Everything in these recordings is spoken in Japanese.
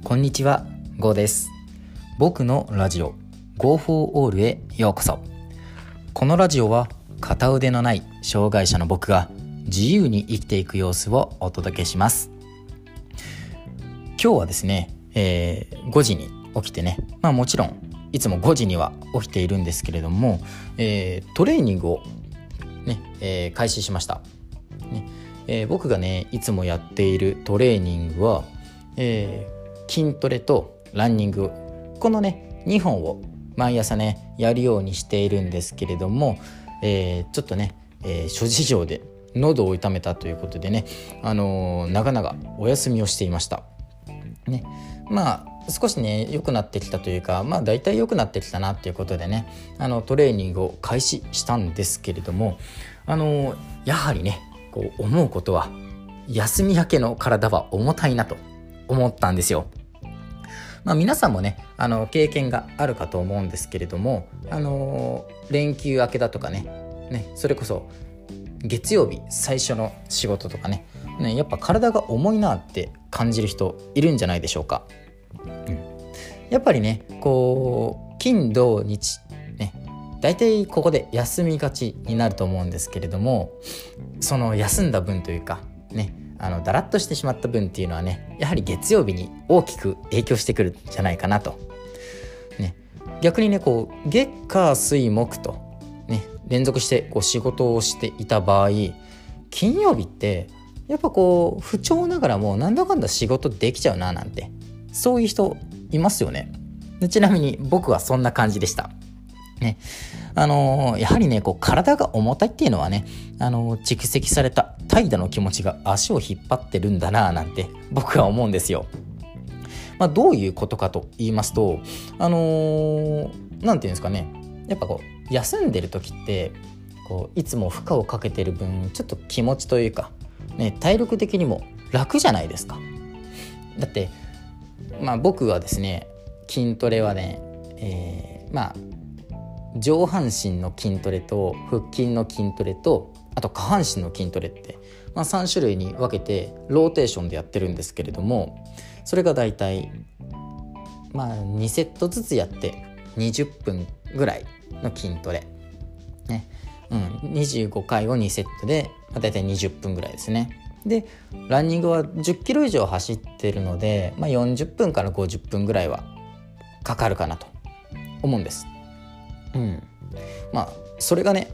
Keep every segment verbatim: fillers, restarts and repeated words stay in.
こんにちは、ゴーです。僕のラジオ Go for All へようこそ。このラジオは片腕のない障害者の僕が自由に生きていく様子をお届けします。今日はですね、えー、ごじに起きてね、まあもちろんいつもごじには起きているんですけれども、えー、トレーニングをね、えー、開始しました、ねえー、僕がねいつもやっているトレーニングは、えー筋トレとランニング、このねにほんを毎朝ねやるようにしているんですけれども、えー、ちょっとね、えー、諸事情で喉を痛めたということでね、あのー、長々お休みをしていましたね。まあ少しね良くなってきたというか、まあだいたい良くなってきたなということでね、あのトレーニングを開始したんですけれども、あのー、やはりねこう思うことは、休み明けの体は重たいなと思ったんですよ。まあ、皆さんもねあの経験があるかと思うんですけれども、あのー、連休明けだとかねねそれこそ月曜日最初の仕事とか ね, ねやっぱ体が重いなって感じる人いるんじゃないでしょうか、うん、やっぱりねこう金土日ねだいたいここで休みがちになると思うんですけれども、その休んだ分というかねあのだらっとしてしまった分っていうのはね、やはり月曜日に大きく影響してくるんじゃないかなと、ね、逆にねこう月火水木とね連続してこう仕事をしていた場合、金曜日ってやっぱこう不調ながらもなんだかんだ仕事できちゃうななんて、そういう人いますよね。でちなみに僕はそんな感じでしたね。あのー、やはりねこう体が重たいっていうのはね、あのー、蓄積された怠惰の気持ちが足を引っ張ってるんだななんて僕は思うんですよ。まあ、どういうことかと言いますと、あのー、なんていうんですかね、やっぱこう休んでる時ってこういつも負荷をかけてる分、ちょっと気持ちというか、ね、体力的にも楽じゃないですか。だってまあ僕はですね筋トレはね、えー、まあ上半身の筋トレと腹筋の筋トレと、あと下半身の筋トレって、まあ、さんしゅるいに分けてローテーションでやってるんですけれども、それがだいたいまあにセットずつやってにじゅっぷんぐらいの筋トレ、ねうん、にじゅうごかいをにセットで、まあ、だいたいにじゅっぷんぐらいですね。でランニングはじゅっキロ以上走ってるので、まあ、よんじゅっぷんからごじゅっぷんぐらいはかかるかなと思うんです。うん、まあそれがね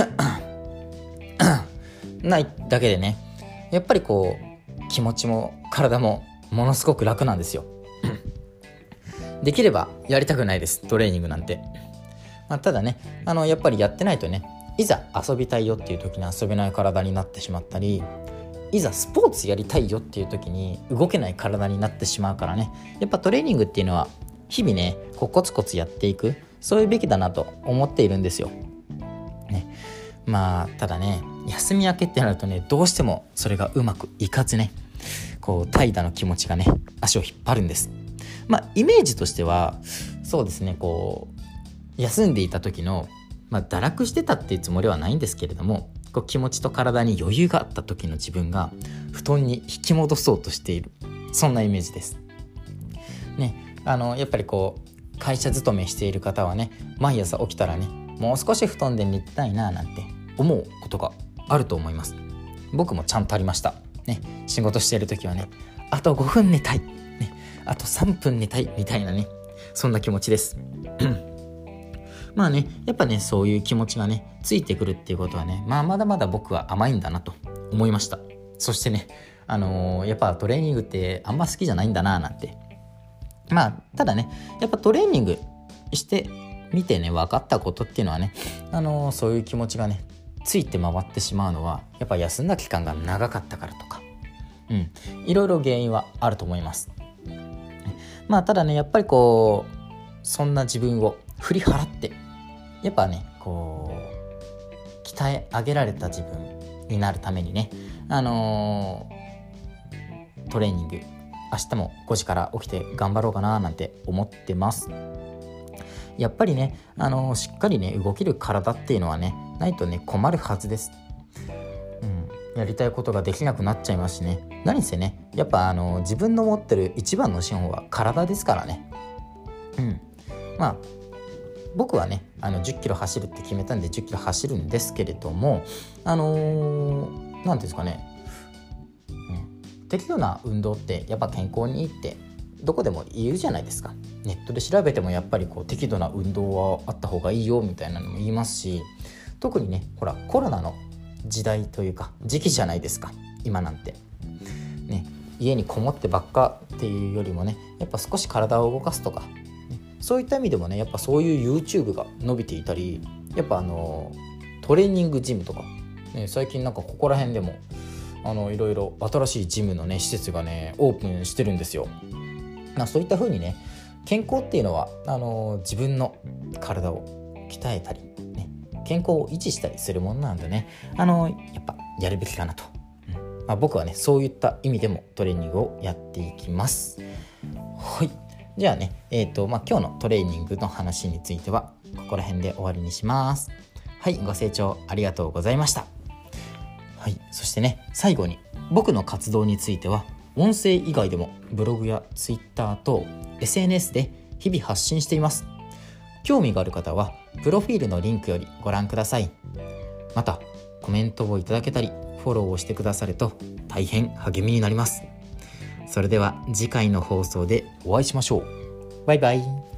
ないだけでね、やっぱりこう気持ちも体もものすごく楽なんですよできればやりたくないです、トレーニングなんて。まあ、ただねあのやっぱりやってないとね、いざ遊びたいよっていう時に遊べない体になってしまったり、いざスポーツやりたいよっていう時に動けない体になってしまうからね、やっぱトレーニングっていうのは日々ねこうコツコツやっていく、そういうべきだなと思っているんですよ、ね、まあただね休み明けってなるとね、どうしてもそれがうまくいかずね、こう怠惰の気持ちがね足を引っ張るんです。まあイメージとしてはそうですね、こう休んでいた時の、まあ堕落してたっていうつもりはないんですけれども、こう気持ちと体に余裕があった時の自分が布団に引き戻そうとしている、そんなイメージですね。あのやっぱりこう会社勤めしている方はね、毎朝起きたらねもう少し布団で寝たいななんて思うことがあると思います。僕もちゃんとありましたね。仕事している時はね、あとごふん寝たい、ね、あとさんぷん寝たいみたいなね、そんな気持ちですまあねやっぱねそういう気持ちがねついてくるっていうことはね、まあまだまだ僕は甘いんだなと思いました。そしてねあのー、やっぱトレーニングってあんま好きじゃないんだななんて、まあただねやっぱトレーニングしてみてね分かったことっていうのはね、あのー、そういう気持ちがねついて回ってしまうのは、やっぱ休んだ期間が長かったからとか、うんいろいろ原因はあると思います。まあただねやっぱりこうそんな自分を振り払って、やっぱねこう鍛え上げられた自分になるためにね、あのー、トレーニング明日もごじから起きて頑張ろうかななんて思ってます。やっぱりね、あのー、しっかりね動ける体っていうのはねないとね困るはずです、うん、 やりたいことができなくなっちゃいますしね。何せね、やっぱあの自分の持ってる一番の資本は体ですからね。うんまあ僕はねあのじゅっキロ走るって決めたんでじゅっキロ走るんですけれども、あのー、なんていうんですかね、うん、適度な運動ってやっぱ健康にいいってどこでも言うじゃないですか。ネットで調べてもやっぱりこう適度な運動はあった方がいいよみたいなのも言いますし、特にねほらコロナの時代というか時期じゃないですか今なんてね。家にこもってばっかっていうよりもね、やっぱ少し体を動かすとか、ね、そういった意味でもねやっぱそういう YouTube が伸びていたり、やっぱあのトレーニングジムとか、ね、最近なんかここら辺でもあのいろいろ新しいジムのね施設がねオープンしてるんですよ。まあ、そういった風にね健康っていうのはあの自分の体を鍛えたり、ね、健康を維持したりするものなんでね、あのやっぱやるべきかなと、うんまあ、僕はねそういった意味でもトレーニングをやっていきます。はい、じゃあね、えーとまあ、今日のトレーニングの話についてはここら辺で終わりにします。はい、ご清聴ありがとうございました。はい、そしてね最後に僕の活動については音声以外でもブログやツイッターと エスエヌエス で日々発信しています。興味がある方はプロフィールのリンクよりご覧ください。またコメントをいただけたりフォローをしてくださると大変励みになります。それでは次回の放送でお会いしましょう。バイバイ。